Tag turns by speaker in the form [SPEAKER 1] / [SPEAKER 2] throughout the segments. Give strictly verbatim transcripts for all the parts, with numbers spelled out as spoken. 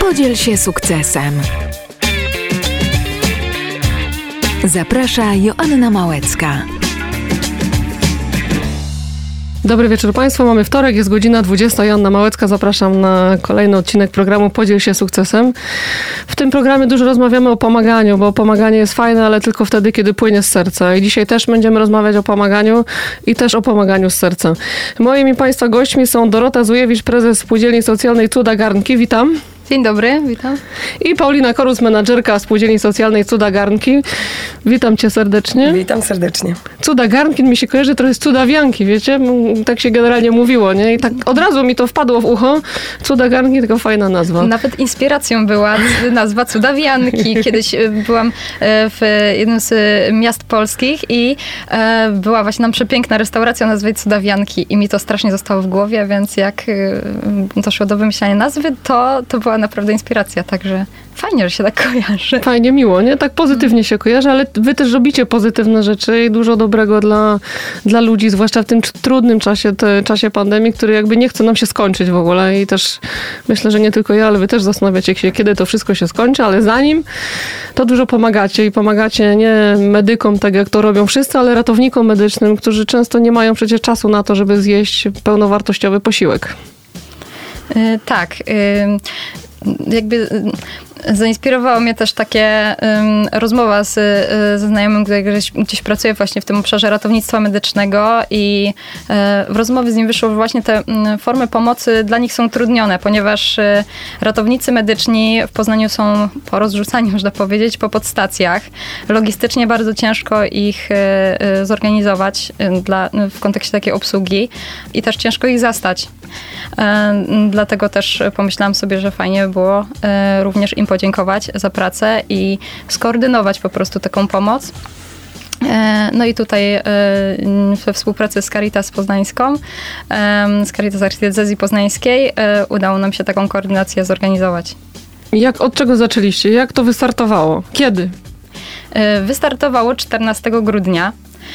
[SPEAKER 1] Podziel się sukcesem. Zaprasza Joanna Małecka.
[SPEAKER 2] Dobry wieczór Państwu. Mamy wtorek, jest godzina dwudziesta. Joanna Małecka. Zapraszam na kolejny odcinek programu Podziel się sukcesem. W tym programie dużo rozmawiamy o pomaganiu, bo pomaganie jest fajne, ale tylko wtedy, kiedy płynie z serca. I dzisiaj też będziemy rozmawiać o pomaganiu i też o pomaganiu z serca. Moimi Państwa gośćmi są Dorota Zujewicz, prezes Spółdzielni Socjalnej Cuda Garnki. Witam.
[SPEAKER 3] Dzień dobry, witam.
[SPEAKER 2] I Paulina Korus, menadżerka Spółdzielni Socjalnej Cuda Garnki. Witam Cię serdecznie.
[SPEAKER 4] Witam serdecznie.
[SPEAKER 2] Cuda Garnki mi się kojarzy trochę z cudawianki, wiecie? Tak się generalnie mówiło, nie? I tak od razu mi to wpadło w ucho. Cuda Garnki, tylko fajna nazwa.
[SPEAKER 3] Nawet inspiracją była nazwa Cudawianki. Kiedyś byłam w jednym z miast polskich i była właśnie nam przepiękna restauracja o nazwie Cudawianki i mi to strasznie zostało w głowie, więc jak doszło do wymyślania nazwy, to, to była naprawdę inspiracja, także fajnie, że się tak kojarzy.
[SPEAKER 2] Fajnie, miło, nie? Tak pozytywnie się kojarzy, ale wy też robicie pozytywne rzeczy i dużo dobrego dla, dla ludzi, zwłaszcza w tym trudnym czasie, te, czasie pandemii, który jakby nie chce nam się skończyć w ogóle i też myślę, że nie tylko ja, ale wy też zastanawiacie się, kiedy to wszystko się skończy, ale zanim to dużo pomagacie i pomagacie nie medykom, tak jak to robią wszyscy, ale ratownikom medycznym, którzy często nie mają przecież czasu na to, żeby zjeść pełnowartościowy posiłek.
[SPEAKER 3] Yy, tak. Yy, jakby zainspirowało mnie też takie um, rozmowa z, ze znajomym, który gdzieś, gdzieś pracuje właśnie w tym obszarze ratownictwa medycznego i e, w rozmowie z nim wyszło, że właśnie te m, formy pomocy dla nich są utrudnione, ponieważ e, ratownicy medyczni w Poznaniu są porozrzucani, można powiedzieć, po podstacjach. Logistycznie bardzo ciężko ich e, e, zorganizować e, dla, w kontekście takiej obsługi i też ciężko ich zastać. E, dlatego też pomyślałam sobie, że fajnie by było e, również im podziękować za pracę i skoordynować po prostu taką pomoc. No i tutaj we współpracy z Caritas Poznańską, z Caritas Archidiecezji Poznańskiej udało nam się taką koordynację zorganizować.
[SPEAKER 2] Jak, od czego zaczęliście? Jak to wystartowało? Kiedy?
[SPEAKER 3] Wystartowało czternastego grudnia.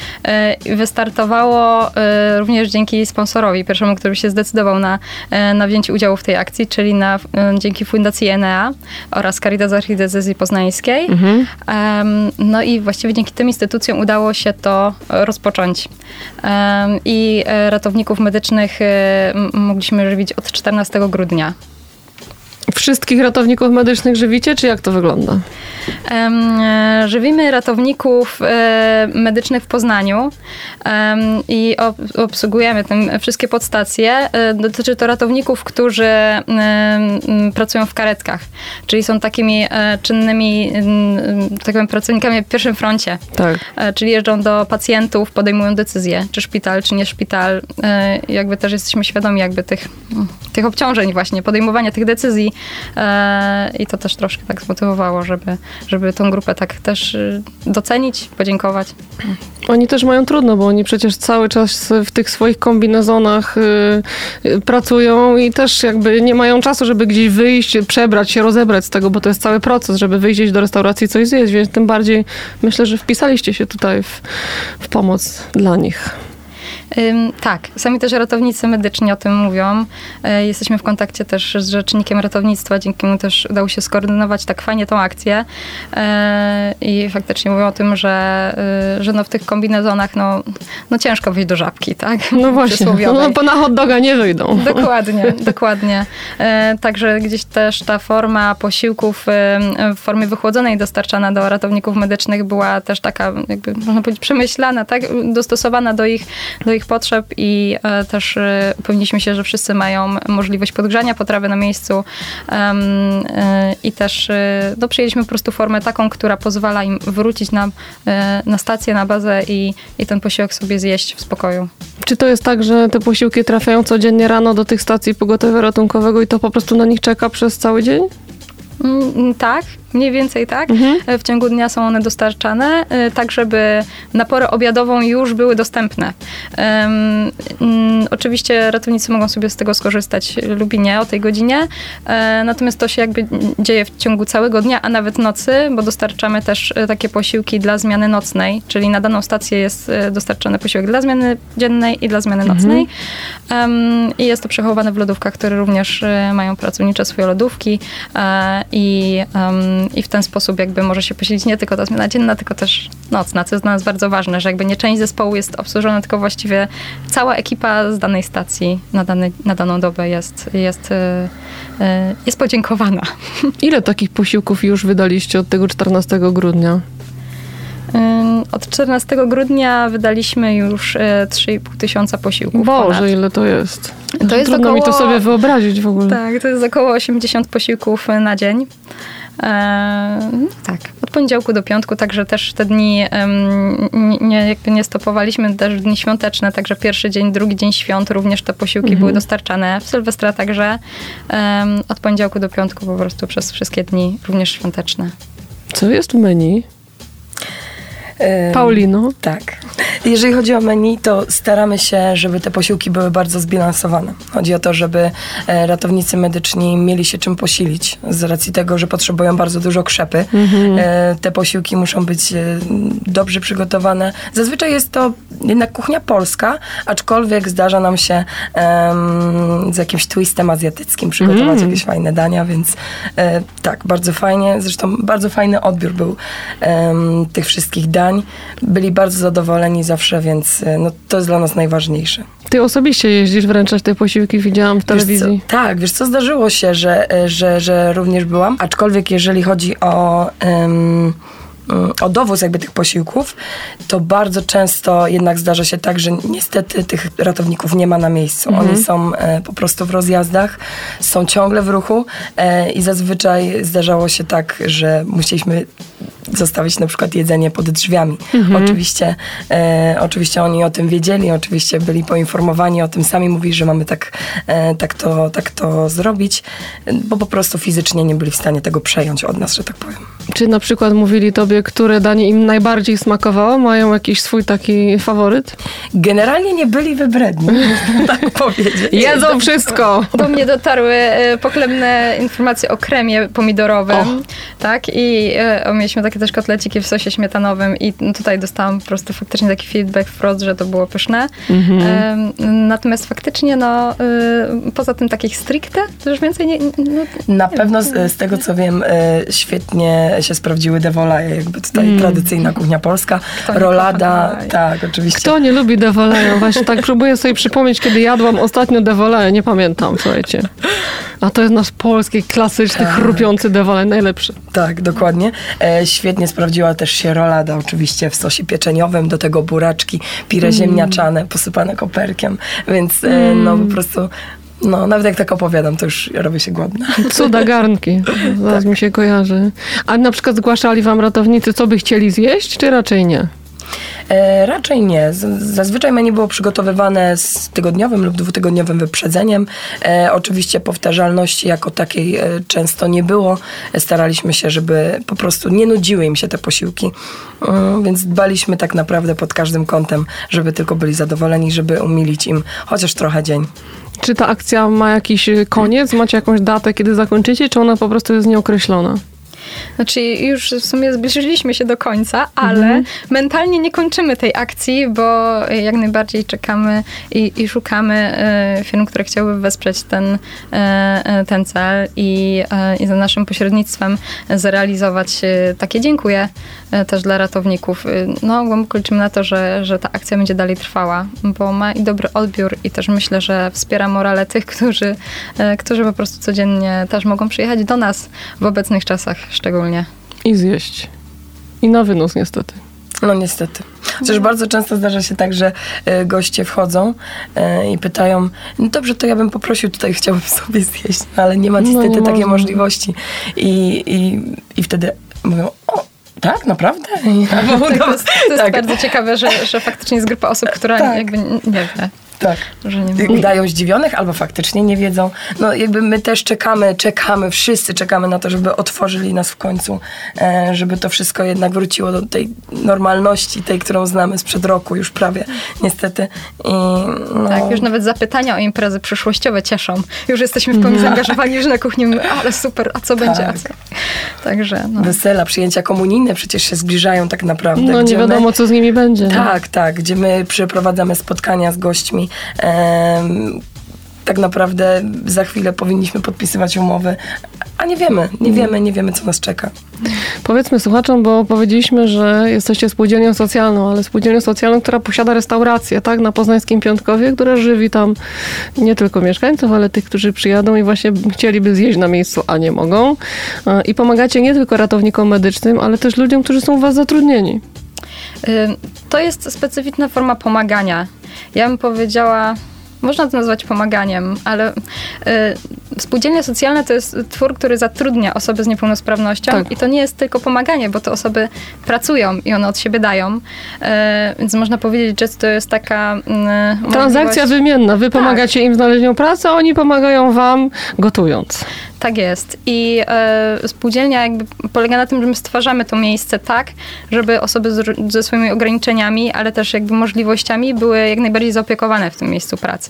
[SPEAKER 3] Wystartowało również dzięki sponsorowi, pierwszemu, który się zdecydował na, na wzięcie udziału w tej akcji, czyli na, dzięki Fundacji Enea oraz Caritas Archidiecezji Poznańskiej. Mhm. No i właściwie dzięki tym instytucjom udało się to rozpocząć. I ratowników medycznych mogliśmy żywić od czternastego grudnia.
[SPEAKER 2] Wszystkich ratowników medycznych żywicie, czy jak to wygląda?
[SPEAKER 3] Żywimy ratowników medycznych w Poznaniu i obsługujemy tym wszystkie podstacje. Dotyczy to ratowników, którzy pracują w karetkach, czyli są takimi czynnymi takimi pracownikami w pierwszym froncie. Tak. Czyli jeżdżą do pacjentów, podejmują decyzje, czy szpital, czy nie szpital. Jakby też jesteśmy świadomi jakby tych, tych obciążeń właśnie, podejmowania tych decyzji. I to też troszkę tak zmotywowało, żeby, żeby tą grupę tak też docenić, podziękować.
[SPEAKER 2] Oni też mają trudno, bo oni przecież cały czas w tych swoich kombinezonach y, pracują i też jakby nie mają czasu, żeby gdzieś wyjść, przebrać się, rozebrać z tego, bo to jest cały proces, żeby wyjść gdzieś do restauracji i coś zjeść, więc tym bardziej myślę, że wpisaliście się tutaj w, w pomoc dla nich.
[SPEAKER 3] Ym, tak, sami też ratownicy medyczni o tym mówią. Yy, jesteśmy w kontakcie też z rzecznikiem ratownictwa, dzięki mu też udało się skoordynować tak fajnie tą akcję. Yy, I faktycznie mówią o tym, że, yy, że no w tych kombinezonach no, no ciężko wyjść do żabki, tak?
[SPEAKER 2] No właśnie, no, bo na hot doga nie wyjdą.
[SPEAKER 3] Dokładnie, dokładnie. Yy, także gdzieś też ta forma posiłków yy, w formie wychłodzonej dostarczana do ratowników medycznych była też taka, jakby można powiedzieć, przemyślana, tak? Dostosowana do ich do ich potrzeb i e, też e, upewniliśmy się, że wszyscy mają możliwość podgrzania potrawy na miejscu um, e, i też e, no, przyjęliśmy po prostu formę taką, która pozwala im wrócić na, e, na stację, na bazę i, i ten posiłek sobie zjeść w spokoju.
[SPEAKER 2] Czy to jest tak, że te posiłki trafiają codziennie rano do tych stacji pogotowia ratunkowego i to po prostu na nich czeka przez cały dzień?
[SPEAKER 3] Mm, tak. mniej więcej tak.
[SPEAKER 2] Mhm.
[SPEAKER 3] W ciągu dnia są one dostarczane, tak żeby na porę obiadową już były dostępne. Um, um, oczywiście ratownicy mogą sobie z tego skorzystać lub i nie o tej godzinie, e, natomiast to się jakby dzieje w ciągu całego dnia, a nawet nocy, bo dostarczamy też takie posiłki dla zmiany nocnej, czyli na daną stację jest dostarczany posiłek dla zmiany dziennej i dla zmiany nocnej. Mhm. Um, I jest to przechowywane w lodówkach, które również mają pracownicze swoje lodówki e, i, um, i w ten sposób jakby może się posilić nie tylko ta zmiana dzienna, tylko też nocna, co jest dla nas bardzo ważne, że jakby nie część zespołu jest obsłużona, tylko właściwie cała ekipa z danej stacji na, dany, na daną dobę jest, jest, jest podziękowana.
[SPEAKER 2] Ile takich posiłków już wydaliście od tego czternastego grudnia?
[SPEAKER 3] Od czternastego grudnia wydaliśmy już trzy i pół tysiąca posiłków.
[SPEAKER 2] Boże,
[SPEAKER 3] ponad.
[SPEAKER 2] ile to jest?
[SPEAKER 3] To jest
[SPEAKER 2] Trudno
[SPEAKER 3] około,
[SPEAKER 2] mi to sobie wyobrazić w ogóle.
[SPEAKER 3] Tak, to jest około osiemdziesiąt posiłków na dzień. E, tak, od poniedziałku do piątku, także też te dni um, nie, jakby nie stopowaliśmy, też dni świąteczne, także pierwszy dzień, drugi dzień świąt również te posiłki mhm. były dostarczane. W Sylwestra także um, od poniedziałku do piątku po prostu przez wszystkie dni, również świąteczne.
[SPEAKER 2] Co jest w menu? Paulino?
[SPEAKER 4] Tak. Jeżeli chodzi o menu, to staramy się, żeby te posiłki były bardzo zbilansowane. Chodzi o to, żeby ratownicy medyczni mieli się czym posilić, z racji tego, że potrzebują bardzo dużo krzepy. Mhm. Te posiłki muszą być dobrze przygotowane. Zazwyczaj jest to jednak kuchnia polska, aczkolwiek zdarza nam się um, z jakimś twistem azjatyckim przygotować mm. jakieś fajne dania, więc e, tak, bardzo fajnie. Zresztą bardzo fajny odbiór był um, tych wszystkich dań. Byli bardzo zadowoleni zawsze, więc no, to jest dla nas najważniejsze.
[SPEAKER 2] Ty osobiście jeździsz wręczać te posiłki, widziałam w telewizji.
[SPEAKER 4] Wiesz co, tak, wiesz co, zdarzyło się, że, że, że również byłam, aczkolwiek jeżeli chodzi o... Um, o dowóz jakby tych posiłków, to bardzo często jednak zdarza się tak, że niestety tych ratowników nie ma na miejscu. Mhm. Oni są e, po prostu w rozjazdach, są ciągle w ruchu e, i zazwyczaj zdarzało się tak, że musieliśmy zostawić na przykład jedzenie pod drzwiami. Mhm. Oczywiście, e, oczywiście oni o tym wiedzieli, oczywiście byli poinformowani o tym, sami mówili, że mamy tak, e, tak, to, tak to zrobić, bo po prostu fizycznie nie byli w stanie tego przejąć od nas, że tak powiem.
[SPEAKER 2] Czy na przykład mówili tobie, które danie im najbardziej smakowało? Mają jakiś swój taki faworyt?
[SPEAKER 4] Generalnie nie byli wybredni, można tak powiedzieć.
[SPEAKER 2] Jedzą do, wszystko!
[SPEAKER 3] Do mnie dotarły pochlebne informacje o kremie pomidorowym, o. tak? I o, mieliśmy takie też kotleciki w sosie śmietanowym i tutaj dostałam po prostu faktycznie taki feedback wprost, że to było pyszne. Mhm. Natomiast faktycznie, no, poza tym takich stricte, to już więcej nie... No,
[SPEAKER 4] Na pewno z, z tego, co wiem, świetnie się sprawdziły devolaje, jakby tutaj mm. tradycyjna kuchnia polska. Rolada, tak, oczywiście.
[SPEAKER 2] Kto nie lubi devolaja? Właśnie tak próbuję sobie przypomnieć, kiedy jadłam ostatnio devolaja, nie pamiętam, słuchajcie. A to jest nasz polski, klasyczny, tak. chrupiący devolaj, najlepszy.
[SPEAKER 4] Tak, dokładnie. E, świetnie sprawdziła też się rolada, oczywiście w sosie pieczeniowym, do tego buraczki, pire mm. ziemniaczane, posypane koperkiem, więc e, mm. no po prostu... No, nawet jak tak opowiadam, to już robię się głodna.
[SPEAKER 2] Cuda garnki. Zaraz tak. mi się kojarzy. A na przykład zgłaszali wam ratownicy, co by chcieli zjeść, czy raczej nie?
[SPEAKER 4] E, raczej nie. Z, zazwyczaj menu było przygotowywane z tygodniowym lub dwutygodniowym wyprzedzeniem. E, oczywiście powtarzalności jako takiej e, często nie było. E, staraliśmy się, żeby po prostu nie nudziły im się te posiłki. E, więc dbaliśmy tak naprawdę pod każdym kątem, żeby tylko byli zadowoleni, żeby umilić im chociaż trochę dzień.
[SPEAKER 2] Czy ta akcja ma jakiś koniec? Macie jakąś datę, kiedy zakończycie, czy ona po prostu jest nieokreślona?
[SPEAKER 3] Znaczy już w sumie zbliżyliśmy się do końca, ale mhm. mentalnie nie kończymy tej akcji, bo jak najbardziej czekamy i, i szukamy y, firm, które chciałyby wesprzeć ten, y, ten cel i, y, i za naszym pośrednictwem zrealizować y, takie dziękuję y, też dla ratowników. Y, no głęboko liczymy na to, że, że ta akcja będzie dalej trwała, bo ma i dobry odbiór i też myślę, że wspiera morale tych, którzy, y, którzy po prostu codziennie też mogą przyjechać do nas w obecnych czasach szczególnie.
[SPEAKER 2] I zjeść. I na wynos niestety.
[SPEAKER 4] No niestety. Chociaż bardzo często zdarza się tak, że y, goście wchodzą y, i pytają, no dobrze, to ja bym poprosił, tutaj chciałbym sobie zjeść, no, ale nie ma niestety no, takiej możliwości. I, i, I wtedy mówią, o, tak, naprawdę?
[SPEAKER 3] Tak, to jest, to jest tak. bardzo ciekawe, że, że faktycznie jest grupa osób, która tak. jakby nie wie.
[SPEAKER 4] Tak.
[SPEAKER 3] Że nie mogą.
[SPEAKER 4] Udają zdziwionych albo faktycznie nie wiedzą. No jakby my też czekamy, czekamy, wszyscy czekamy na to, żeby otworzyli nas w końcu, e, żeby to wszystko jednak wróciło do tej normalności, tej, którą znamy sprzed roku już prawie, niestety. I, no.
[SPEAKER 3] Tak, już nawet zapytania o imprezy przyszłościowe cieszą. Już jesteśmy w pełni zaangażowani, że na kuchni mówimy, ale super, a co będzie? A co? Także no.
[SPEAKER 4] Wesela, przyjęcia komunijne przecież się zbliżają tak naprawdę.
[SPEAKER 2] No nie wiadomo,
[SPEAKER 4] my,
[SPEAKER 2] co z nimi będzie.
[SPEAKER 4] Tak, no. tak, gdzie my przeprowadzamy spotkania z gośćmi. Ehm, tak naprawdę za chwilę powinniśmy podpisywać umowy, a nie wiemy, nie wiemy, nie wiemy, co nas czeka.
[SPEAKER 2] Powiedzmy słuchaczom, bo powiedzieliśmy, że jesteście spółdzielnią socjalną, ale spółdzielnią socjalną, która posiada restaurację, tak, na poznańskim Piątkowie, która żywi tam nie tylko mieszkańców, ale tych, którzy przyjadą i właśnie chcieliby zjeść na miejscu, a nie mogą. I pomagacie nie tylko ratownikom medycznym, ale też ludziom, którzy są u was zatrudnieni.
[SPEAKER 3] To jest specyficzna forma pomagania. Ja bym powiedziała, można to nazwać pomaganiem, ale y, spółdzielnia socjalna to jest twór, który zatrudnia osoby z niepełnosprawnością
[SPEAKER 2] tak.
[SPEAKER 3] i to nie jest tylko pomaganie, bo te osoby pracują i one od siebie dają. Y, więc można powiedzieć, że to jest taka y,
[SPEAKER 2] transakcja
[SPEAKER 3] możliwość...
[SPEAKER 2] wymienna. Wy pomagacie tak. im w znalezieniu pracy, a oni pomagają wam gotując.
[SPEAKER 3] Tak jest. I y, spółdzielnia jakby polega na tym, że my stwarzamy to miejsce tak, żeby osoby z, ze swoimi ograniczeniami, ale też jakby możliwościami były jak najbardziej zaopiekowane w tym miejscu pracy.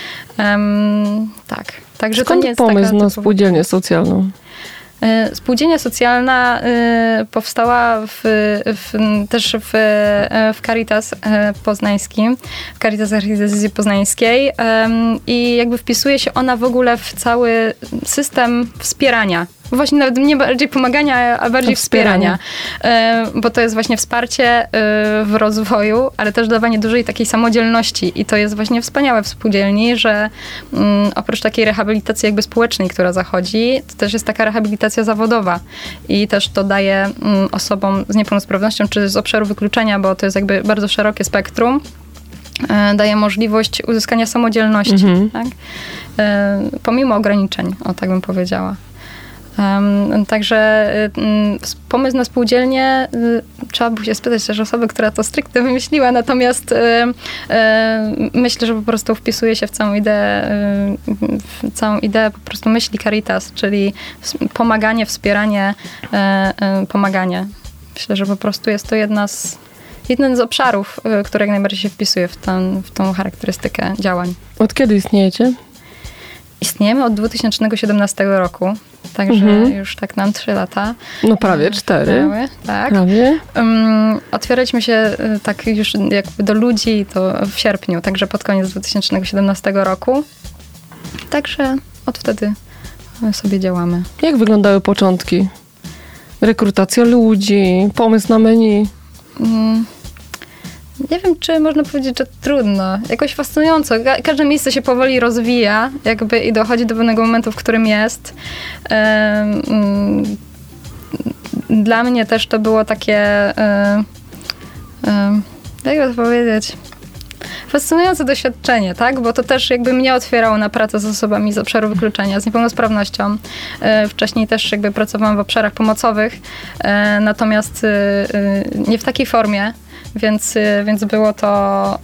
[SPEAKER 3] Um, tak. Także
[SPEAKER 2] skąd
[SPEAKER 3] to nie jest
[SPEAKER 2] pomysł
[SPEAKER 3] taka
[SPEAKER 2] na
[SPEAKER 3] typowa...
[SPEAKER 2] spółdzielnię socjalną?
[SPEAKER 3] Spółdzielnia socjalna y, powstała w, w, też w, w Caritas y, poznańskim, w Caritas Archidiecezji Poznańskiej y, i jakby wpisuje się ona w ogóle w cały system wspierania. Właśnie nawet nie bardziej pomagania, a bardziej wspierania. wspierania. Bo to jest właśnie wsparcie w rozwoju, ale też dawanie dużej takiej samodzielności. I to jest właśnie wspaniałe w spółdzielni, że oprócz takiej rehabilitacji jakby społecznej, która zachodzi, to też jest taka rehabilitacja zawodowa. I też to daje osobom z niepełnosprawnością, czy z obszaru wykluczenia, bo to jest jakby bardzo szerokie spektrum, daje możliwość uzyskania samodzielności. Mhm. Tak? Pomimo ograniczeń, o tak bym powiedziała. Um, także um, pomysł na spółdzielnię y, trzeba by się spytać też osoby, która to stricte wymyśliła, natomiast y, y, myślę, że po prostu wpisuje się w całą ideę, y, w całą ideę po prostu myśli Caritas, czyli pomaganie, wspieranie, y, y, pomaganie. Myślę, że po prostu jest to jedna z, jeden z obszarów, y, który jak najbardziej się wpisuje w, ten, w tą charakterystykę działań.
[SPEAKER 2] Od kiedy istniejecie?
[SPEAKER 3] Istniejemy od dwa tysiące siedemnastego roku. Także mhm. już tak nam trzy lata.
[SPEAKER 2] No prawie cztery.
[SPEAKER 3] Prawie, tak.
[SPEAKER 2] Prawie.
[SPEAKER 3] Um, otwieraliśmy się tak już jakby do ludzi to w sierpniu, także pod koniec dwa tysiące siedemnastego roku. Także od wtedy sobie działamy.
[SPEAKER 2] Jak wyglądały początki? Rekrutacja ludzi, pomysł na menu?
[SPEAKER 3] Um, Nie wiem, czy można powiedzieć, że trudno. Jakoś fascynująco. Każde miejsce się powoli rozwija jakby i dochodzi do pewnego momentu, w którym jest. Dla mnie też to było takie, jak to powiedzieć, fascynujące doświadczenie, tak? Bo to też jakby mnie otwierało na pracę z osobami z obszaru wykluczenia, z niepełnosprawnością. Wcześniej też jakby pracowałam w obszarach pomocowych, natomiast nie w takiej formie. Więc, więc było to...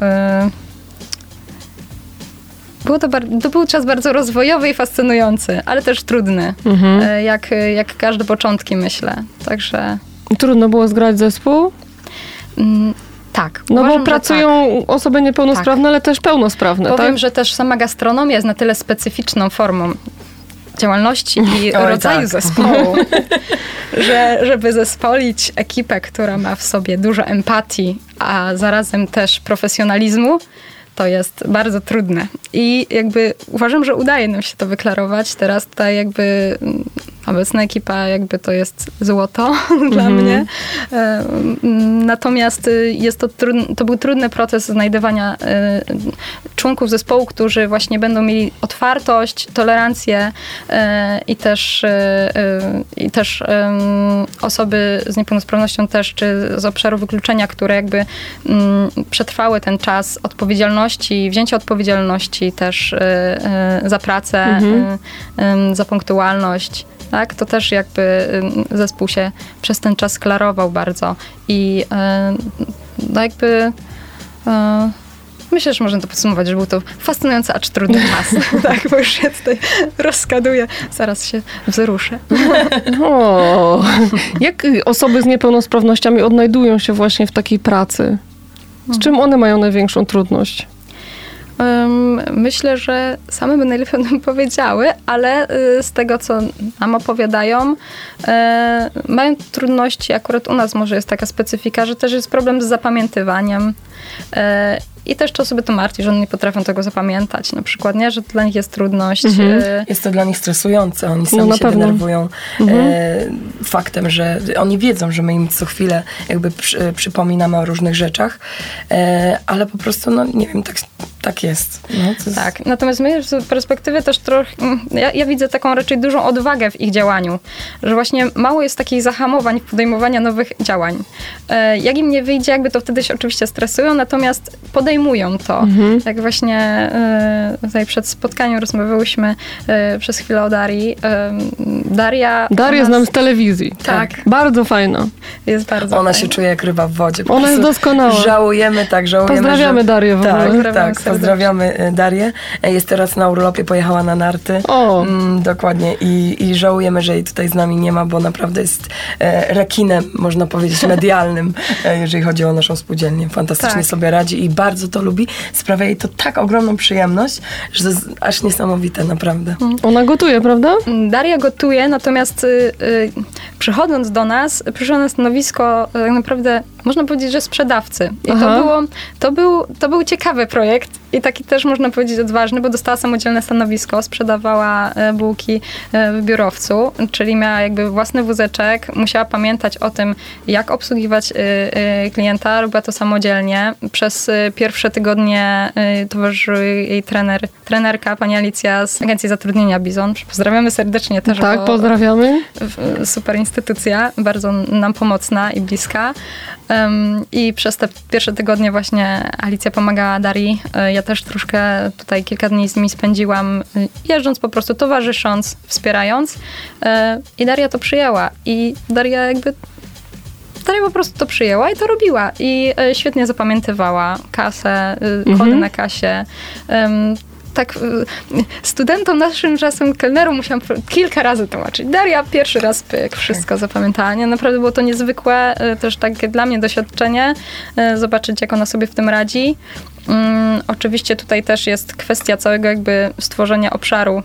[SPEAKER 3] Było to, bar- to był czas bardzo rozwojowy i fascynujący, ale też trudny. Mhm. Jak, jak każde początki, myślę. Także...
[SPEAKER 2] Trudno było zgrać zespół?
[SPEAKER 3] Mm, tak.
[SPEAKER 2] No
[SPEAKER 3] uważam,
[SPEAKER 2] bo pracują
[SPEAKER 3] tak.
[SPEAKER 2] osoby niepełnosprawne, tak. ale też pełnosprawne,
[SPEAKER 3] Powiem,
[SPEAKER 2] tak? że
[SPEAKER 3] też sama gastronomia jest na tyle specyficzną formą działalności i Oj, rodzaju tak. zespołu, że żeby zespolić ekipę, która ma w sobie dużo empatii, a zarazem też profesjonalizmu, to jest bardzo trudne. I jakby uważam, że udaje nam się to wyklarować. Teraz tutaj jakby obecna ekipa jakby to jest złoto mm-hmm. dla mnie. Natomiast jest to, trudny, to był trudny proces znajdywania członków zespołu, którzy właśnie będą mieli otwartość, tolerancję i też, i też osoby z niepełnosprawnością też, czy z obszaru wykluczenia, które jakby przetrwały ten czas odpowiedzialności, wzięcia odpowiedzialności też za pracę, mm-hmm. za punktualność. Tak, to też jakby zespół się przez ten czas klarował bardzo i no jakby myślę, że można to podsumować, że był to fascynujący, acz trudny czas. Tak, bo już się tutaj rozkaduję. Zaraz się wzruszę.
[SPEAKER 2] O, jak osoby z niepełnosprawnościami odnajdują się właśnie w takiej pracy? Z czym one mają największą trudność?
[SPEAKER 3] Um, myślę, że same by najlepiej o tym powiedziały, ale y, z tego, co nam opowiadają, y, mają trudności, akurat u nas może jest taka specyfika, że też jest problem z zapamiętywaniem. Y, I też to osoby to martwi, że one nie potrafią tego zapamiętać. Na przykład, nie? Że dla nich jest trudność.
[SPEAKER 4] Mhm. Y, jest to dla nich stresujące. Oni sami no, się pewno. denerwują mhm. y, faktem, że oni wiedzą, że my im co chwilę jakby przy, przypominamy o różnych rzeczach, y, ale po prostu, no nie wiem, tak, tak jest. No, jest.
[SPEAKER 3] Tak, natomiast my z perspektywy też trochę, ja, ja widzę taką raczej dużą odwagę w ich działaniu, że właśnie mało jest takich zahamowań, podejmowania nowych działań. Y, jak im nie wyjdzie, jakby to wtedy się oczywiście stresują, natomiast podejmują to. Mhm. Jak właśnie y, tutaj przed spotkaniem rozmawiałyśmy y, przez chwilę o Darii. Y, Daria...
[SPEAKER 2] Daria znam z telewizji.
[SPEAKER 3] Tak.
[SPEAKER 2] Bardzo fajna.
[SPEAKER 3] Jest bardzo
[SPEAKER 4] Ona
[SPEAKER 3] fajna.
[SPEAKER 4] się czuje jak ryba w wodzie. Po
[SPEAKER 2] Ona jest doskonała.
[SPEAKER 4] Żałujemy, tak, żałujemy.
[SPEAKER 2] Pozdrawiamy
[SPEAKER 4] że...
[SPEAKER 2] Darię w
[SPEAKER 4] tak,
[SPEAKER 2] ogóle.
[SPEAKER 4] Tak, pozdrawiamy Darię. Jest teraz na urlopie, pojechała na narty.
[SPEAKER 2] O.
[SPEAKER 4] Mm, dokładnie. I, I żałujemy, że jej tutaj z nami nie ma, bo naprawdę jest e, rekinem, można powiedzieć, medialnym, e, jeżeli chodzi o naszą spółdzielnię. Fantastycznie tak. sobie radzi i bardzo to lubi. Sprawia jej to tak ogromną przyjemność, że to jest aż niesamowite, naprawdę.
[SPEAKER 2] Ona gotuje, prawda?
[SPEAKER 3] Daria gotuje, natomiast y, y, przychodząc do nas, przyszła na stanowisko y, tak naprawdę, można powiedzieć, że sprzedawcy. I to, było, to, był, to był ciekawy projekt i taki też, można powiedzieć, odważny, bo dostała samodzielne stanowisko, sprzedawała y, bułki y, w biurowcu, czyli miała jakby własny wózeczek, musiała pamiętać o tym, jak obsługiwać y, y, klienta, robiła to samodzielnie. Przez y, pierwsze tygodnie y, towarzyszył jej trener, trenerka, pani Alicja z Agencji Zatrudnienia Bizon. Pozdrawiamy serdecznie też.
[SPEAKER 2] Tak, pozdrawiamy.
[SPEAKER 3] Super instytucja, bardzo nam pomocna i bliska. Um, I przez te pierwsze tygodnie właśnie Alicja pomagała Darii. Ja też troszkę tutaj kilka dni z nimi spędziłam, jeżdżąc po prostu, towarzysząc, wspierając. I Daria to przyjęła. I Daria jakby Daria po prostu to przyjęła i to robiła. I świetnie zapamiętywała kasę, kody mhm. na kasie. Um, tak studentom naszym czasem, kelnerom musiałam kilka razy tłumaczyć. Daria pierwszy raz pyk, wszystko zapamiętała. Nie? Naprawdę było to niezwykłe, też tak dla mnie doświadczenie, zobaczyć, jak ona sobie w tym radzi. Um, oczywiście tutaj też jest kwestia całego jakby stworzenia obszaru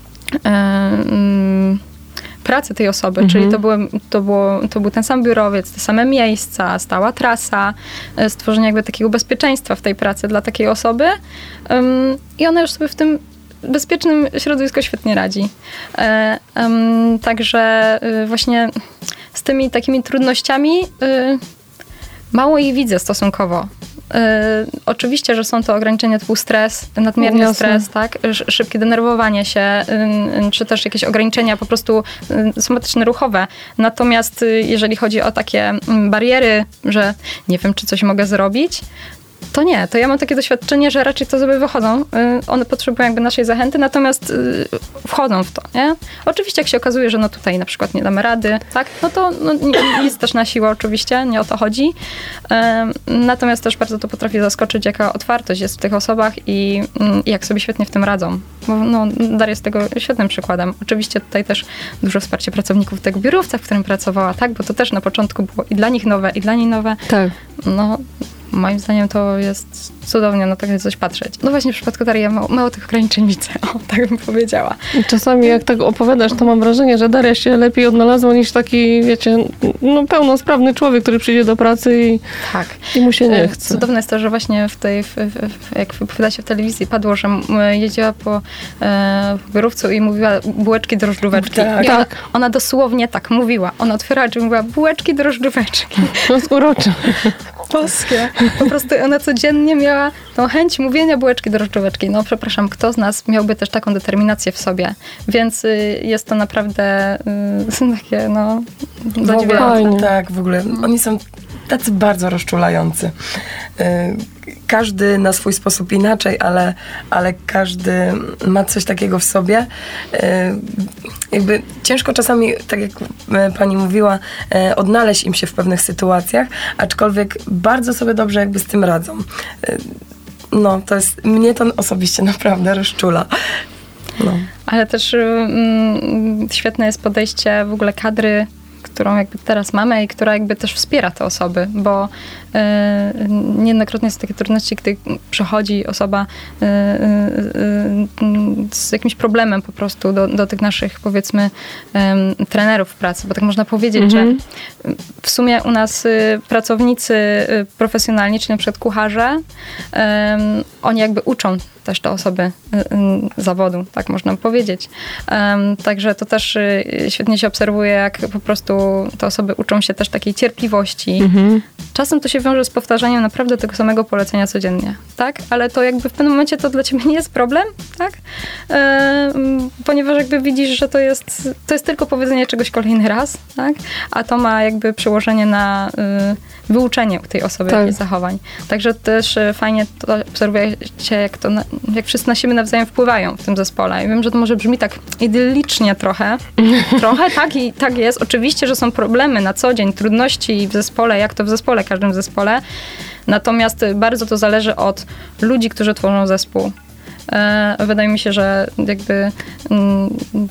[SPEAKER 3] um, pracy tej osoby, mhm. czyli to, było, to, było, to był ten sam biurowiec, te same miejsca, stała trasa, stworzenie jakby takiego bezpieczeństwa w tej pracy dla takiej osoby um, i ona już sobie w tym bezpiecznym środowisku świetnie radzi. E, um, także y, właśnie z tymi takimi trudnościami y, mało ich widzę stosunkowo. Y, oczywiście, że są to ograniczenia typu stres, nadmierny Jasne. stres, tak? Szybkie denerwowanie się, y, czy też jakieś ograniczenia po prostu y, somatyczne, ruchowe. Natomiast y, jeżeli chodzi o takie y, bariery, że nie wiem, czy coś mogę zrobić, to nie. To ja mam takie doświadczenie, że raczej to sobie wychodzą. Y, one potrzebują jakby naszej zachęty, natomiast y, wchodzą w to, nie? Oczywiście jak się okazuje, że no tutaj na przykład nie damy rady, tak? No to no, nic też na siłę oczywiście, nie o to chodzi. Y, natomiast też bardzo to potrafi zaskoczyć, jaka otwartość jest w tych osobach i, y, jak sobie świetnie w tym radzą. Bo no, Daria jest tego świetnym przykładem. Oczywiście tutaj też dużo wsparcia pracowników tego biurowca, w którym pracowała, tak? Bo to też na początku było i dla nich nowe, i dla niej nowe.
[SPEAKER 2] Tak.
[SPEAKER 3] No, moim zdaniem to jest cudownie na takie coś patrzeć. No właśnie w przypadku Darii ja mało, mało tych ograniczeń widzę, o, tak bym powiedziała.
[SPEAKER 2] Czasami jak tak opowiadasz, to mam wrażenie, że Daria się lepiej odnalazła niż taki, wiecie, no pełnosprawny człowiek, który przyjdzie do pracy i,
[SPEAKER 3] tak.
[SPEAKER 2] i mu się nie chce.
[SPEAKER 3] Cudowne jest to, że właśnie w tej, w, w, jak wypowiada się w telewizji, padło, że jeździła po, e, po biurowcu i mówiła bułeczki drożdżóweczki.
[SPEAKER 2] Tak.
[SPEAKER 3] I ona, ona dosłownie tak mówiła. Ona otwierała drzwi i mówiła bułeczki drożdżóweczki.
[SPEAKER 2] No urocze.
[SPEAKER 3] Boskie. Po prostu ona codziennie miała tą chęć mówienia bułeczki drożdżóweczki. No przepraszam, kto z nas miałby też taką determinację w sobie? Więc y, jest to naprawdę y, takie, no, zadziwiające.
[SPEAKER 4] Tak, w ogóle. Oni są tacy bardzo rozczulający. Y, każdy na swój sposób inaczej, ale, ale każdy ma coś takiego w sobie. Y, jakby ciężko czasami, tak jak pani mówiła, y, odnaleźć im się w pewnych sytuacjach, aczkolwiek bardzo sobie dobrze jakby z tym radzą. Y, no to jest, mnie to osobiście naprawdę rozczula. No.
[SPEAKER 3] Ale też mm, świetne jest podejście w ogóle kadry, którą jakby teraz mamy i która jakby też wspiera te osoby, bo y, niejednokrotnie są takie trudności, gdy przychodzi osoba y, y, y, z jakimś problemem po prostu do, do tych naszych, powiedzmy, y, trenerów w pracy, bo tak można powiedzieć, mhm. że w sumie u nas y, pracownicy y, profesjonalni, czyli na przykład kucharze, y, oni jakby uczą też te osoby y, y, zawodu, tak można powiedzieć. Y, także to też y, świetnie się obserwuje, jak po prostu te osoby uczą się też takiej cierpliwości. Mhm. Czasem to się wiąże z powtarzaniem naprawdę tego samego polecenia codziennie, tak? Ale to jakby w pewnym momencie to dla ciebie nie jest problem, tak? E, ponieważ jakby widzisz, że to jest, to jest tylko powiedzenie czegoś kolejny raz, tak? A to ma jakby przełożenie na y, wyuczenie u tej osoby tak. jakichś zachowań. Także też y, fajnie to obserwujecie, jak, to na, jak wszyscy na siebie nawzajem wpływają w tym zespole. I wiem, że to może brzmi tak idyllicznie trochę. Trochę tak i tak jest. Oczywiście, że są problemy na co dzień, trudności w zespole, jak to w zespole, każdym zespole. Natomiast bardzo to zależy od ludzi, którzy tworzą zespół. E, wydaje mi się, że jakby mm,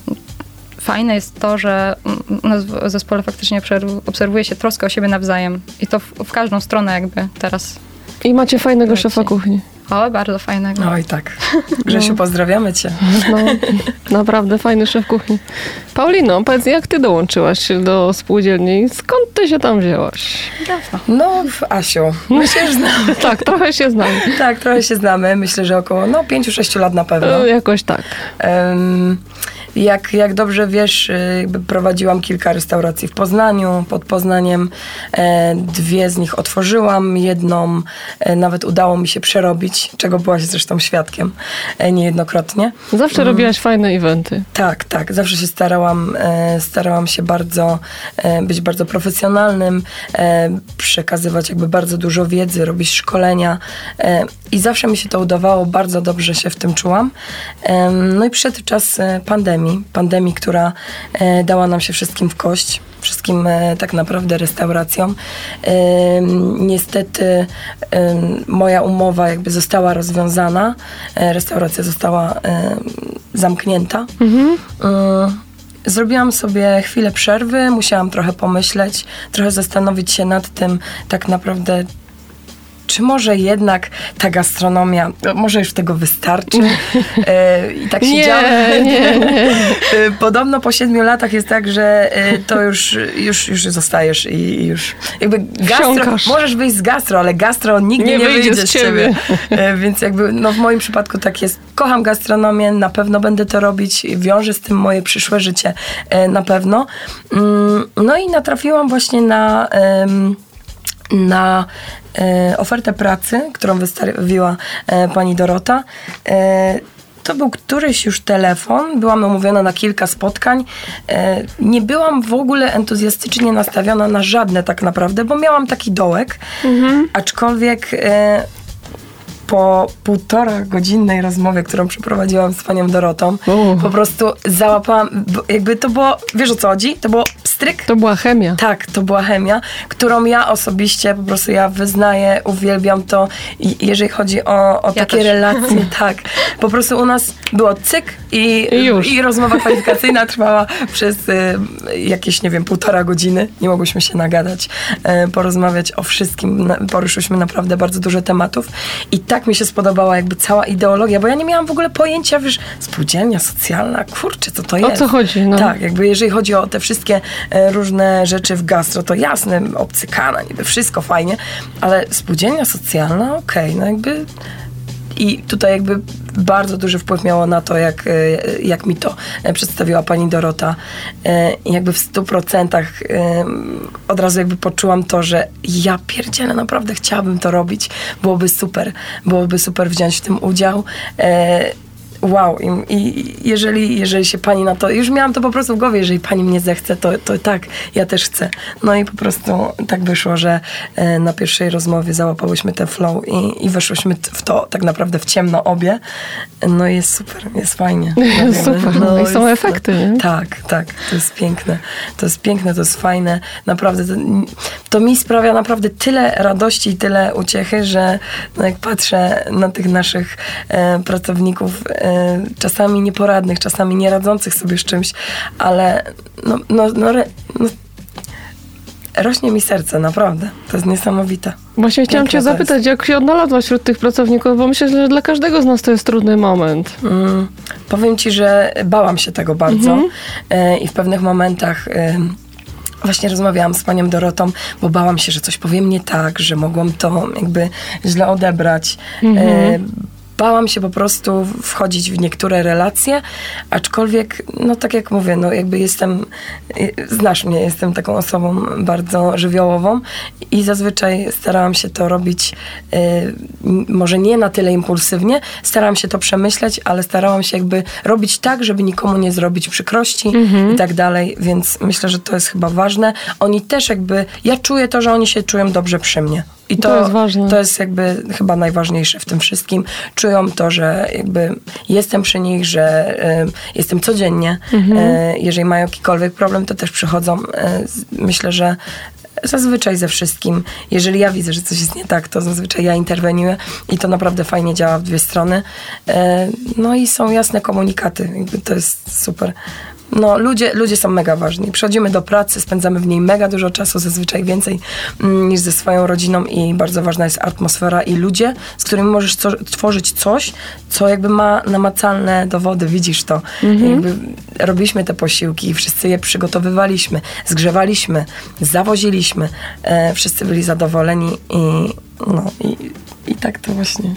[SPEAKER 3] fajne jest to, że u nas w zespole faktycznie obserwuje się troskę o siebie nawzajem. I to w, w każdą stronę jakby teraz.
[SPEAKER 2] I macie fajnego leci. Szefa kuchni.
[SPEAKER 3] O, bardzo fajnego.
[SPEAKER 4] Oj, tak. Grzesiu, no. Pozdrawiamy cię.
[SPEAKER 2] No, naprawdę fajny szef kuchni. Paulino, powiedz, jak ty dołączyłaś do spółdzielni? Skąd ty się tam wzięłaś?
[SPEAKER 4] No, Asiu, my się znamy.
[SPEAKER 2] Tak, trochę się znamy.
[SPEAKER 4] Tak, trochę się znamy. Myślę, że około no, pięciu, sześciu lat na pewno.
[SPEAKER 2] E, jakoś tak.
[SPEAKER 4] Um, Jak, jak dobrze wiesz, jakby prowadziłam kilka restauracji w Poznaniu, pod Poznaniem. E, dwie z nich otworzyłam, jedną e, nawet udało mi się przerobić, czego byłaś zresztą świadkiem e, niejednokrotnie.
[SPEAKER 2] Zawsze mm. robiłaś fajne eventy.
[SPEAKER 4] Tak, tak. Zawsze się starałam, e, starałam się bardzo e, być bardzo profesjonalnym, e, przekazywać jakby bardzo dużo wiedzy, robić szkolenia e, i zawsze mi się to udawało, bardzo dobrze się w tym czułam. E, no i przyszedł czas pandemii. Pandemii, która e, dała nam się wszystkim w kość, wszystkim e, tak naprawdę restauracjom. E, niestety e, moja umowa jakby została rozwiązana, e, restauracja została e, zamknięta. Mhm. E, Zrobiłam sobie chwilę przerwy, musiałam trochę pomyśleć, trochę zastanowić się nad tym tak naprawdę, czy może jednak ta gastronomia, może już tego wystarczy? E, I tak siedziałam.
[SPEAKER 2] Nie, nie, nie.
[SPEAKER 4] Podobno po siedmiu latach jest tak, że to już, już, już zostajesz i już jakby gastro,
[SPEAKER 2] Wsiąkasz.
[SPEAKER 4] Możesz wyjść z gastro, ale gastro nigdy nie, nie wyjdzie z ciebie. ciebie. Więc jakby no w moim przypadku tak jest. Kocham gastronomię, na pewno będę to robić, wiąże z tym moje przyszłe życie na pewno. No i natrafiłam właśnie na na e, ofertę pracy, którą wystawiła e, pani Dorota. E, to był któryś już telefon, byłam umówiona na kilka spotkań. E, nie byłam w ogóle entuzjastycznie nastawiona na żadne tak naprawdę, bo miałam taki dołek, mhm. aczkolwiek e, po półtora godzinnej rozmowie, którą przeprowadziłam z panią Dorotą, uh. po prostu załapałam, jakby to było, wiesz o co chodzi? To było pstryk.
[SPEAKER 2] To była chemia.
[SPEAKER 4] Tak, to była chemia, którą ja osobiście po prostu ja wyznaję, uwielbiam to i jeżeli chodzi o, o ja takie też. relacje, tak. Po prostu u nas było cyk i,
[SPEAKER 2] I,
[SPEAKER 4] i rozmowa kwalifikacyjna trwała przez y, jakieś, nie wiem, półtora godziny. Nie mogłyśmy się nagadać, y, porozmawiać o wszystkim. Na, poruszyliśmy naprawdę bardzo dużo tematów i tak mi się spodobała jakby cała ideologia, bo ja nie miałam w ogóle pojęcia, wiesz, spółdzielnia socjalna, kurczę, co to jest?
[SPEAKER 2] O co chodzi? No.
[SPEAKER 4] Tak, jakby jeżeli chodzi o te wszystkie e, różne rzeczy w gastro, to jasne, obcykana, niby wszystko fajnie, ale spółdzielnia socjalna, okej, okay, no jakby i tutaj jakby bardzo duży wpływ miało na to, jak, jak mi to przedstawiła pani Dorota. I jakby w stu procentach od razu jakby poczułam to, że ja pierdzielę, naprawdę chciałabym to robić. Byłoby super. Byłoby super wziąć w tym udział. wow, i, i jeżeli, jeżeli się pani na to, już miałam to po prostu w głowie, jeżeli pani mnie zechce, to, to tak, ja też chcę. No i po prostu tak wyszło, że e, na pierwszej rozmowie załapałyśmy ten flow i, i weszłyśmy w to tak naprawdę w ciemno obie. No i jest super, jest fajnie.
[SPEAKER 2] Super,
[SPEAKER 4] no,
[SPEAKER 2] i są
[SPEAKER 4] jest,
[SPEAKER 2] efekty, nie?
[SPEAKER 4] Tak, tak, to jest piękne. To jest piękne, to jest fajne. Naprawdę, to, to mi sprawia naprawdę tyle radości i tyle uciechy, że no jak patrzę na tych naszych e, pracowników, e, czasami nieporadnych, czasami nie radzących sobie z czymś, ale no, no, no, no rośnie mi serce, naprawdę. To jest niesamowite.
[SPEAKER 2] Właśnie chciałam
[SPEAKER 4] Piękne
[SPEAKER 2] cię
[SPEAKER 4] to
[SPEAKER 2] zapytać,
[SPEAKER 4] jest.
[SPEAKER 2] jak się odnalazłaś wśród tych pracowników, bo myślę, że dla każdego z nas to jest trudny moment.
[SPEAKER 4] Mm, powiem ci, że bałam się tego bardzo mhm. e, i w pewnych momentach e, właśnie rozmawiałam z panią Dorotą, bo bałam się, że coś powiem nie tak, że mogłam to jakby źle odebrać. Mhm. E, Bałam się po prostu wchodzić w niektóre relacje, aczkolwiek, no tak jak mówię, no jakby jestem, znasz mnie, jestem taką osobą bardzo żywiołową i zazwyczaj starałam się to robić, y, może nie na tyle impulsywnie, starałam się to przemyśleć, ale starałam się jakby robić tak, żeby nikomu nie zrobić przykrości mhm. i tak dalej, więc myślę, że to jest chyba ważne. Oni też jakby, ja czuję to, że oni się czują dobrze przy mnie. I to,
[SPEAKER 2] to jest ważne.
[SPEAKER 4] To jest jakby chyba najważniejsze w tym wszystkim. Czują to, że jakby jestem przy nich, że y, jestem codziennie. Mhm. Y, jeżeli mają jakikolwiek problem, to też przychodzą. Y, myślę, że zazwyczaj ze wszystkim. Jeżeli ja widzę, że coś jest nie tak, to zazwyczaj ja interweniuję i to naprawdę fajnie działa w dwie strony. Y, no i są jasne komunikaty. Jakby to jest super. No, ludzie, ludzie są mega ważni. Przychodzimy do pracy, spędzamy w niej mega dużo czasu, zazwyczaj więcej mm, niż ze swoją rodziną i bardzo ważna jest atmosfera i ludzie, z którymi możesz co, tworzyć coś, co jakby ma namacalne dowody, widzisz to. Mhm. Jakby robiliśmy te posiłki, wszyscy je przygotowywaliśmy, zgrzewaliśmy, zawoziliśmy, e, wszyscy byli zadowoleni i no i, i tak to właśnie...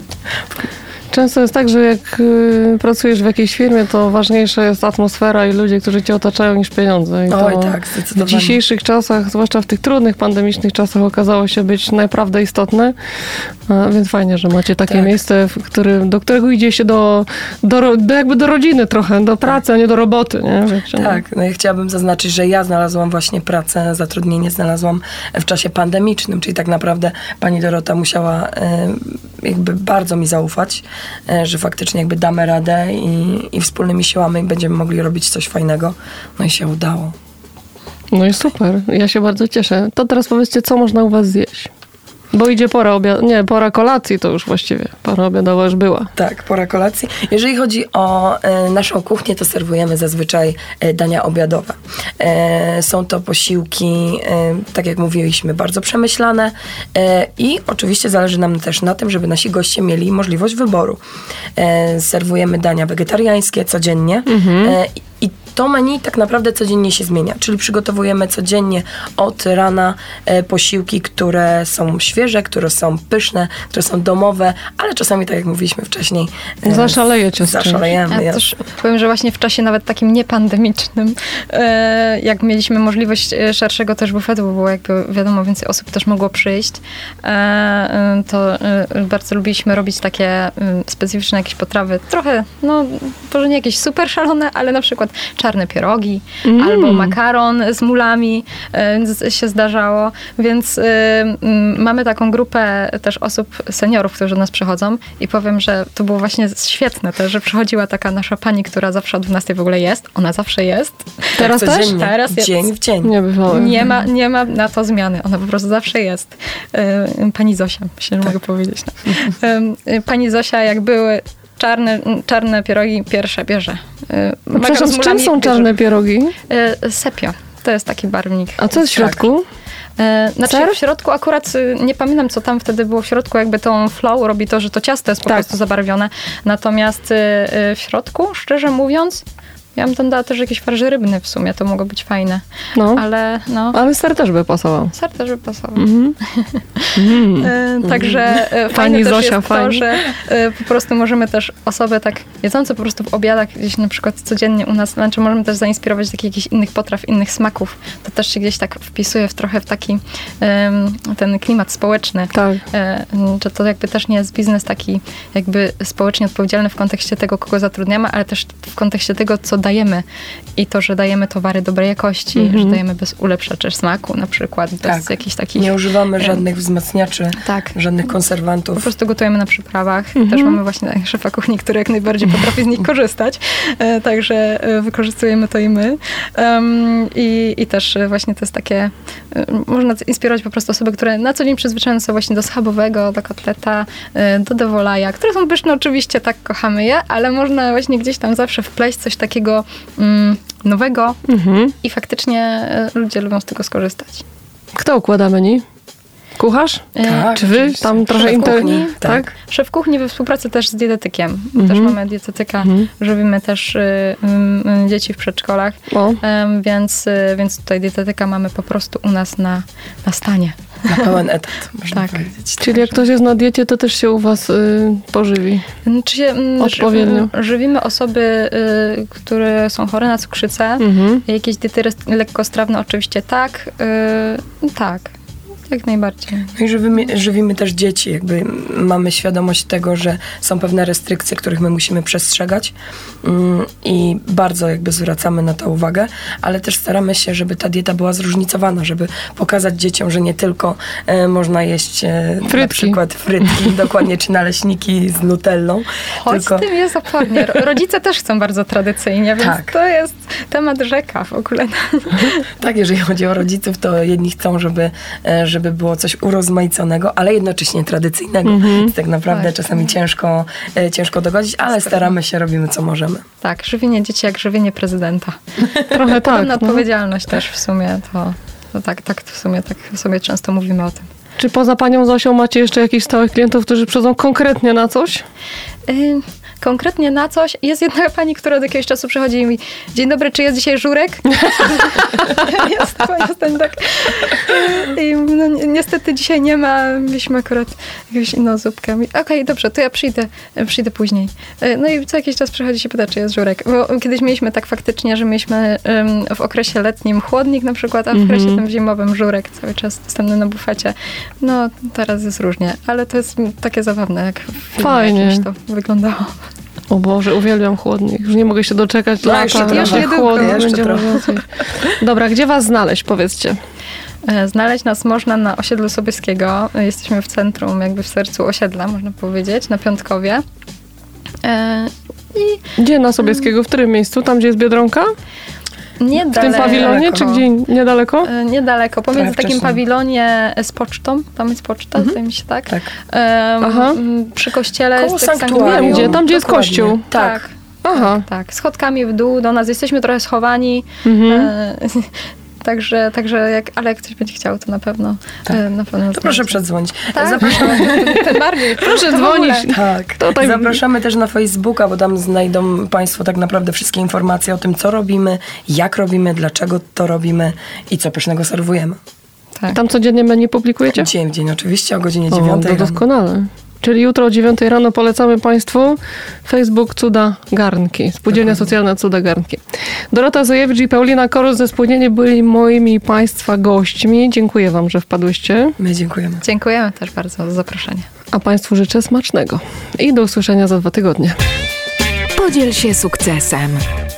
[SPEAKER 2] Często jest tak, że jak y, pracujesz w jakiejś firmie, to ważniejsza jest atmosfera i ludzie, którzy cię otaczają, niż pieniądze. I
[SPEAKER 4] Oj,
[SPEAKER 2] to
[SPEAKER 4] tak, zdecydowanie.
[SPEAKER 2] w dzisiejszych czasach, zwłaszcza w tych trudnych, pandemicznych czasach, okazało się być naprawdę istotne. A, więc fajnie, że macie takie
[SPEAKER 4] tak.
[SPEAKER 2] miejsce, w którym, do którego idzie się do, do, do jakby do rodziny trochę, do pracy, tak. a nie do roboty. Nie? Wiecie,
[SPEAKER 4] tak, no ja chciałabym zaznaczyć, że ja znalazłam właśnie pracę, zatrudnienie znalazłam w czasie pandemicznym, czyli tak naprawdę pani Dorota musiała y, jakby bardzo mi zaufać, że faktycznie jakby damy radę i, i wspólnymi siłami będziemy mogli robić coś fajnego. No i się udało.
[SPEAKER 2] No i super. Ja się bardzo cieszę. To teraz powiedzcie, co można u was zjeść? Bo idzie pora obiad... Nie, pora kolacji to już właściwie. Pora obiadowa już była.
[SPEAKER 4] Tak, pora kolacji. Jeżeli chodzi o e, naszą kuchnię, to serwujemy zazwyczaj e, dania obiadowe. E, są to posiłki, e, tak jak mówiliśmy, bardzo przemyślane e, i oczywiście zależy nam też na tym, żeby nasi goście mieli możliwość wyboru. E, serwujemy dania wegetariańskie codziennie mhm. e, i to menu tak naprawdę codziennie się zmienia, czyli przygotowujemy codziennie od rana e, posiłki, które są świeże, które są pyszne, które są domowe, ale czasami, tak jak mówiliśmy wcześniej, e,
[SPEAKER 2] zaszalejecie z
[SPEAKER 4] zaszalejemy.
[SPEAKER 3] Ja też powiem, że właśnie w czasie nawet takim niepandemicznym, e, jak mieliśmy możliwość szerszego też bufetu, bo było jakby wiadomo, więcej osób też mogło przyjść, e, to e, bardzo lubiliśmy robić takie e, specyficzne jakieś potrawy, trochę, no może nie jakieś super szalone, ale na przykład czarne pierogi, mm. albo makaron z mulami y, się zdarzało, więc y, y, mamy taką grupę też osób, seniorów, którzy do nas przychodzą i powiem, że to było właśnie świetne też, że przychodziła taka nasza pani, która zawsze o dwunastej w ogóle jest, ona zawsze jest.
[SPEAKER 2] Teraz też?
[SPEAKER 3] Teraz jest.
[SPEAKER 4] Dzień w dzień.
[SPEAKER 2] Nie bywałem.
[SPEAKER 3] Nie ma, nie ma na to zmiany, ona po prostu zawsze jest. Y, pani Zosia, myślę, że tak. mogę powiedzieć. No. Y, pani Zosia, jak były Czarne, czarne pierogi pierwsze bierze.
[SPEAKER 2] Yy, Przepraszam, z czym są czarne pierogi?
[SPEAKER 3] Yy, sepia. To jest taki barwnik.
[SPEAKER 2] A co jest w środku?
[SPEAKER 3] Yy, znaczy Ser? w środku akurat yy, nie pamiętam, co tam wtedy było w środku. Jakby tą flow robi to, że to ciasto jest po tak. prostu zabarwione. Natomiast yy, w środku, szczerze mówiąc, Ja bym tam dała też jakieś farsze rybne w sumie, to mogło być fajne.
[SPEAKER 2] No.
[SPEAKER 3] Ale no...
[SPEAKER 2] Ale ser też by pasował.
[SPEAKER 3] Ser też by pasował.
[SPEAKER 2] Mhm. Mm.
[SPEAKER 3] E, Także e, fajne
[SPEAKER 2] Pani
[SPEAKER 3] też
[SPEAKER 2] Zosia,
[SPEAKER 3] jest
[SPEAKER 2] fajnie.
[SPEAKER 3] to, że e, po prostu możemy też osoby tak jedzące po prostu w obiadach gdzieś na przykład codziennie u nas, znaczy możemy też zainspirować do takich jakichś innych potraw, innych smaków. To też się gdzieś tak wpisuje w trochę w taki em, ten klimat społeczny.
[SPEAKER 2] Tak.
[SPEAKER 3] E, że to jakby też nie jest biznes taki jakby społecznie odpowiedzialny w kontekście tego, kogo zatrudniamy, ale też w kontekście tego, co dajemy. I to, że dajemy towary dobrej jakości,
[SPEAKER 2] Mhm.
[SPEAKER 3] że dajemy bez ulepszaczy smaku na przykład, bez
[SPEAKER 4] Tak.
[SPEAKER 3] jakichś takich...
[SPEAKER 4] Nie używamy żadnych wzmacniaczy,
[SPEAKER 3] Tak.
[SPEAKER 4] żadnych
[SPEAKER 3] Po
[SPEAKER 4] konserwantów.
[SPEAKER 3] prostu gotujemy na przyprawach.
[SPEAKER 2] Mhm.
[SPEAKER 3] Też mamy właśnie tak, szefa kuchni, który jak najbardziej potrafi z nich korzystać. E, także e, wykorzystujemy to i my. Um, i, I też e, właśnie to jest takie, e, można inspirować po prostu osoby, które na co dzień przyzwyczajone są właśnie do schabowego, do kotleta, e, do dewolaja, które są pyszne oczywiście, tak kochamy je, ale można właśnie gdzieś tam zawsze wpleść coś takiego mm, nowego
[SPEAKER 2] Mhm.
[SPEAKER 3] i faktycznie e, ludzie lubią z tego skorzystać.
[SPEAKER 2] Kto układa menu? Kucharz?
[SPEAKER 3] E,
[SPEAKER 4] Tak,
[SPEAKER 2] Czy wy
[SPEAKER 4] oczywiście.
[SPEAKER 2] tam trochę
[SPEAKER 3] Szef
[SPEAKER 2] inter...
[SPEAKER 3] kuchni,
[SPEAKER 2] Tak?
[SPEAKER 4] tak.
[SPEAKER 3] Szef kuchni we współpracy też z dietetykiem.
[SPEAKER 2] Mhm.
[SPEAKER 3] Też mamy dietetyka,
[SPEAKER 2] Mhm.
[SPEAKER 3] żywimy też y, y, dzieci w przedszkolach,
[SPEAKER 2] O.
[SPEAKER 3] Em, więc, y, więc tutaj dietetyka mamy po prostu u nas na, na stanie.
[SPEAKER 4] Na pełen etat, można
[SPEAKER 3] Tak.
[SPEAKER 4] powiedzieć.
[SPEAKER 2] Czyli jak ktoś jest na diecie, to też się u was y, pożywi.
[SPEAKER 3] Czy się mm,
[SPEAKER 2] Odpowiednio.
[SPEAKER 3] ży- żywimy osoby, y, które są chore na cukrzycę,
[SPEAKER 2] Mhm.
[SPEAKER 3] jakieś diety res- lekkostrawne oczywiście tak, y, tak, jak najbardziej.
[SPEAKER 4] No i żywimy, żywimy też dzieci, jakby mamy świadomość tego, że są pewne restrykcje, których my musimy przestrzegać mm, i bardzo jakby zwracamy na to uwagę, ale też staramy się, żeby ta dieta była zróżnicowana, żeby pokazać dzieciom, że nie tylko e, można jeść e, na
[SPEAKER 2] Frytki.
[SPEAKER 4] przykład frytki, dokładnie, czy naleśniki z nutellą,
[SPEAKER 3] Choć
[SPEAKER 4] tylko
[SPEAKER 3] z tym jest opornie. Ro- Rodzice też chcą bardzo tradycyjnie, więc
[SPEAKER 4] Tak.
[SPEAKER 3] to jest temat rzeka w ogóle.
[SPEAKER 4] tak, jeżeli chodzi o rodziców, to jedni chcą, żeby, e, żeby było coś urozmaiconego, ale jednocześnie tradycyjnego.
[SPEAKER 2] Mhm.
[SPEAKER 4] Jest tak naprawdę
[SPEAKER 3] Właśnie.
[SPEAKER 4] czasami ciężko, e, ciężko dogodzić, ale staramy się, robimy co możemy.
[SPEAKER 3] Tak, żywienie dzieci jak żywienie prezydenta.
[SPEAKER 2] Trochę tak.
[SPEAKER 3] Podobna
[SPEAKER 2] No.
[SPEAKER 3] odpowiedzialność też w sumie, to, to tak, tak w sumie tak sobie często mówimy o tym.
[SPEAKER 2] Czy poza panią Zosią macie jeszcze jakichś stałych klientów, którzy przychodzą konkretnie na coś?
[SPEAKER 3] Yy, konkretnie na coś. Jest jedna pani, która od jakiegoś czasu przychodzi i mówi: dzień dobry, czy jest dzisiaj żurek? jest, jest tak. I no, ni- niestety dzisiaj nie ma. Mieliśmy akurat jakąś inną zupkę. Okej, okay, dobrze, to ja przyjdę, przyjdę później. Yy, No i co jakiś czas przychodzi się pyta, czy jest żurek. Bo kiedyś mieliśmy tak faktycznie, że mieliśmy ym, w okresie letnim chłodnik na przykład, a w okresie
[SPEAKER 2] Mhm.
[SPEAKER 3] tym zimowym żurek cały czas dostępny na bufecie. No, teraz jest różnie, ale to jest takie zabawne, jak w filmie
[SPEAKER 2] Fajnie.
[SPEAKER 3] jakimś to wyglądało.
[SPEAKER 2] O Boże, uwielbiam chłodnik. Już nie mogę się doczekać
[SPEAKER 4] No,
[SPEAKER 2] lata.
[SPEAKER 4] jeszcze
[SPEAKER 2] będzie
[SPEAKER 3] trochę.
[SPEAKER 2] chłodno,
[SPEAKER 4] Jeszcze
[SPEAKER 2] będzie
[SPEAKER 4] trochę.
[SPEAKER 2] można coś. Dobra, gdzie was znaleźć, powiedzcie?
[SPEAKER 3] E, Znaleźć nas można na osiedlu Sobieskiego. E, Jesteśmy w centrum, jakby w sercu osiedla, można powiedzieć, na Piątkowie. E, I
[SPEAKER 2] Gdzie na Sobieskiego? W którym miejscu? Tam, gdzie jest Biedronka?
[SPEAKER 3] niedaleko.
[SPEAKER 2] W tym pawilonie,
[SPEAKER 4] daleko.
[SPEAKER 2] czy gdzie niedaleko?
[SPEAKER 3] E, Niedaleko, pomiędzy
[SPEAKER 4] Trochę
[SPEAKER 3] takim
[SPEAKER 4] wcześniej.
[SPEAKER 3] pawilonie z pocztą, tam jest poczta,
[SPEAKER 2] Mhm.
[SPEAKER 3] zdaje mi się, tak?
[SPEAKER 4] Tak.
[SPEAKER 3] Em,
[SPEAKER 2] Aha.
[SPEAKER 3] m, Przy kościele
[SPEAKER 4] Koło
[SPEAKER 3] jest tak
[SPEAKER 4] sanktuarium.
[SPEAKER 2] Wiem, gdzie? Tam, gdzie jest
[SPEAKER 4] Dokładnie.
[SPEAKER 2] kościół.
[SPEAKER 3] Tak.
[SPEAKER 2] Aha.
[SPEAKER 3] Tak, schodkami w dół do nas. Jesteśmy trochę schowani.
[SPEAKER 2] Mhm.
[SPEAKER 3] E, Także, także jak, ale jak ktoś będzie chciał, to na pewno
[SPEAKER 4] Tak.
[SPEAKER 3] e, na pewno
[SPEAKER 4] To proszę
[SPEAKER 3] znajdzie.
[SPEAKER 4] przedzwonić.
[SPEAKER 3] Tak?
[SPEAKER 4] Zapraszamy,
[SPEAKER 3] Tym bardziej.
[SPEAKER 2] Proszę
[SPEAKER 3] to w ogóle.
[SPEAKER 2] dzwonić.
[SPEAKER 4] tak.
[SPEAKER 2] Tutaj-
[SPEAKER 4] Zapraszamy też na Facebooka, bo tam znajdą Państwo tak naprawdę wszystkie informacje o tym, co robimy, jak robimy, dlaczego to robimy i co pysznego serwujemy.
[SPEAKER 3] Tak.
[SPEAKER 2] Tam codziennie menu publikujecie?
[SPEAKER 4] Dzień w dzień oczywiście o godzinie
[SPEAKER 2] O,
[SPEAKER 4] dziewiątej
[SPEAKER 2] to doskonale. Czyli jutro o dziewiątej rano polecamy Państwu Facebook Cuda Garnki. Spółdzielnia
[SPEAKER 4] Dokładnie.
[SPEAKER 2] Socjalna Cuda Garnki. Dorota Zajewicz i Paulina Korus ze Spółdzielni byli moimi Państwa gośćmi. Dziękuję Wam, że wpadłyście.
[SPEAKER 4] My dziękujemy.
[SPEAKER 3] Dziękujemy też bardzo za zaproszenie.
[SPEAKER 2] A Państwu życzę smacznego. I do usłyszenia za dwa tygodnie.
[SPEAKER 1] Podziel się sukcesem.